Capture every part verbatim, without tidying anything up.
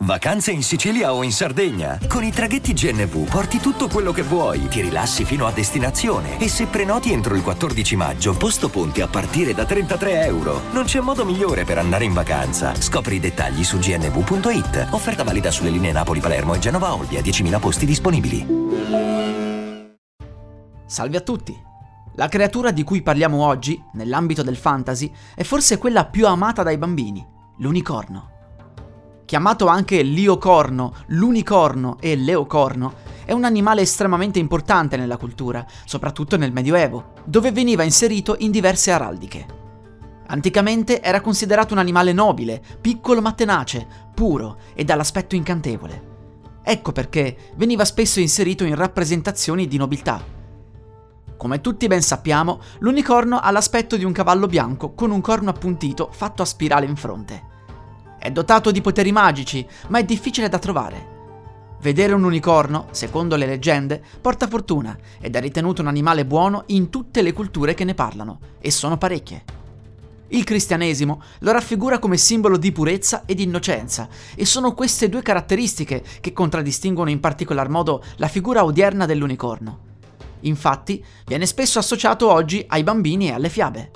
Vacanze in Sicilia o in Sardegna? Con i traghetti G N V porti tutto quello che vuoi, ti rilassi fino a destinazione e se prenoti entro il quattordici maggio, posto ponti a partire da trentatré euro. Non c'è modo migliore per andare in vacanza. Scopri i dettagli su g n v punto i t. Offerta valida sulle linee Napoli-Palermo e Genova-Olbia, diecimila posti disponibili. Salve a tutti! La creatura di cui parliamo oggi, nell'ambito del fantasy, è forse quella più amata dai bambini, l'unicorno. Chiamato anche l'iocorno, l'unicorno e l'eocorno, è un animale estremamente importante nella cultura, soprattutto nel Medioevo, dove veniva inserito in diverse araldiche. Anticamente era considerato un animale nobile, piccolo ma tenace, puro e dall'aspetto incantevole. Ecco perché veniva spesso inserito in rappresentazioni di nobiltà. Come tutti ben sappiamo, l'unicorno ha l'aspetto di un cavallo bianco con un corno appuntito fatto a spirale in fronte. È dotato di poteri magici, ma è difficile da trovare. Vedere un unicorno, secondo le leggende, porta fortuna ed è ritenuto un animale buono in tutte le culture che ne parlano, e sono parecchie. Il cristianesimo lo raffigura come simbolo di purezza ed innocenza, e sono queste due caratteristiche che contraddistinguono in particolar modo la figura odierna dell'unicorno. Infatti, viene spesso associato oggi ai bambini e alle fiabe.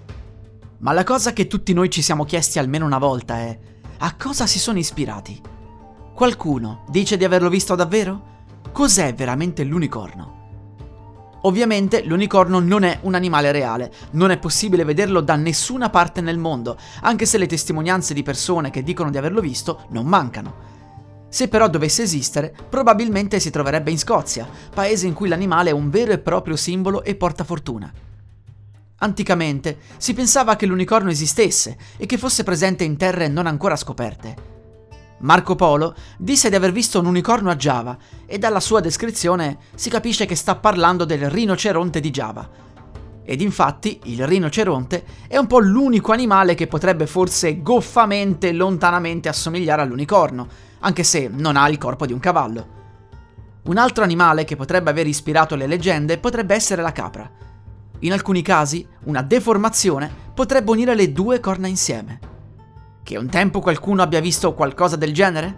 Ma la cosa che tutti noi ci siamo chiesti almeno una volta è: a cosa si sono ispirati? Qualcuno dice di averlo visto davvero? Cos'è veramente l'unicorno? Ovviamente l'unicorno non è un animale reale, non è possibile vederlo da nessuna parte nel mondo, anche se le testimonianze di persone che dicono di averlo visto non mancano. Se però dovesse esistere, probabilmente si troverebbe in Scozia, paese in cui l'animale è un vero e proprio simbolo e porta fortuna. Anticamente si pensava che l'unicorno esistesse e che fosse presente in terre non ancora scoperte. Marco Polo disse di aver visto un unicorno a Giava e dalla sua descrizione si capisce che sta parlando del rinoceronte di Giava. Ed infatti il rinoceronte è un po' l'unico animale che potrebbe forse goffamente e lontanamente assomigliare all'unicorno, anche se non ha il corpo di un cavallo. Un altro animale che potrebbe aver ispirato le leggende potrebbe essere la capra. In alcuni casi, una deformazione potrebbe unire le due corna insieme. Che un tempo qualcuno abbia visto qualcosa del genere?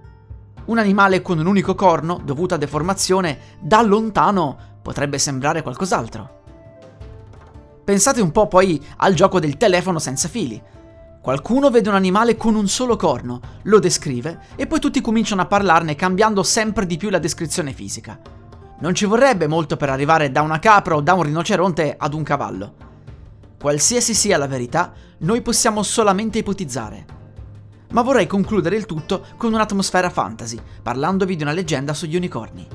Un animale con un unico corno, dovuto a deformazione, da lontano potrebbe sembrare qualcos'altro. Pensate un po' poi al gioco del telefono senza fili. Qualcuno vede un animale con un solo corno, lo descrive e poi tutti cominciano a parlarne cambiando sempre di più la descrizione fisica. Non ci vorrebbe molto per arrivare da una capra o da un rinoceronte ad un cavallo. Qualsiasi sia la verità, noi possiamo solamente ipotizzare. Ma vorrei concludere il tutto con un'atmosfera fantasy, parlandovi di una leggenda sugli unicorni.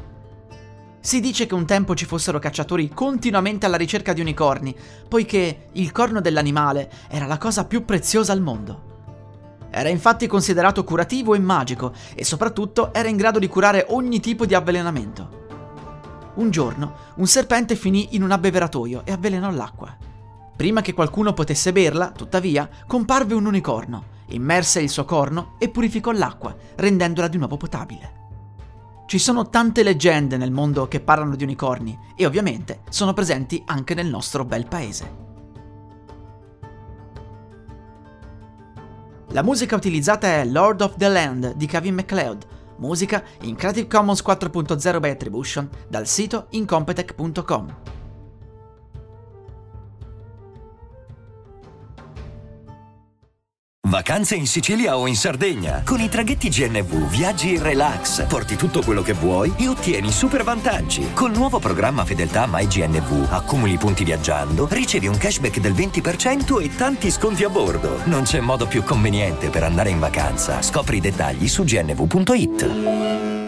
Si dice che un tempo ci fossero cacciatori continuamente alla ricerca di unicorni, poiché il corno dell'animale era la cosa più preziosa al mondo. Era infatti considerato curativo e magico, e soprattutto era in grado di curare ogni tipo di avvelenamento. Un giorno, un serpente finì in un abbeveratoio e avvelenò l'acqua. Prima che qualcuno potesse berla, tuttavia, comparve un unicorno, immerse il suo corno e purificò l'acqua, rendendola di nuovo potabile. Ci sono tante leggende nel mondo che parlano di unicorni e ovviamente sono presenti anche nel nostro bel paese. La musica utilizzata è Lord of the Land di Kevin MacLeod, musica in Creative Commons quattro punto zero by Attribution dal sito incompetech punto com. Vacanze in Sicilia o in Sardegna? Con i traghetti G N V viaggi in relax, porti tutto quello che vuoi e ottieni super vantaggi. Col nuovo programma Fedeltà MyGNV accumuli punti viaggiando, ricevi un cashback del venti per cento e tanti sconti a bordo. Non c'è modo più conveniente per andare in vacanza. Scopri i dettagli su g n v punto i t.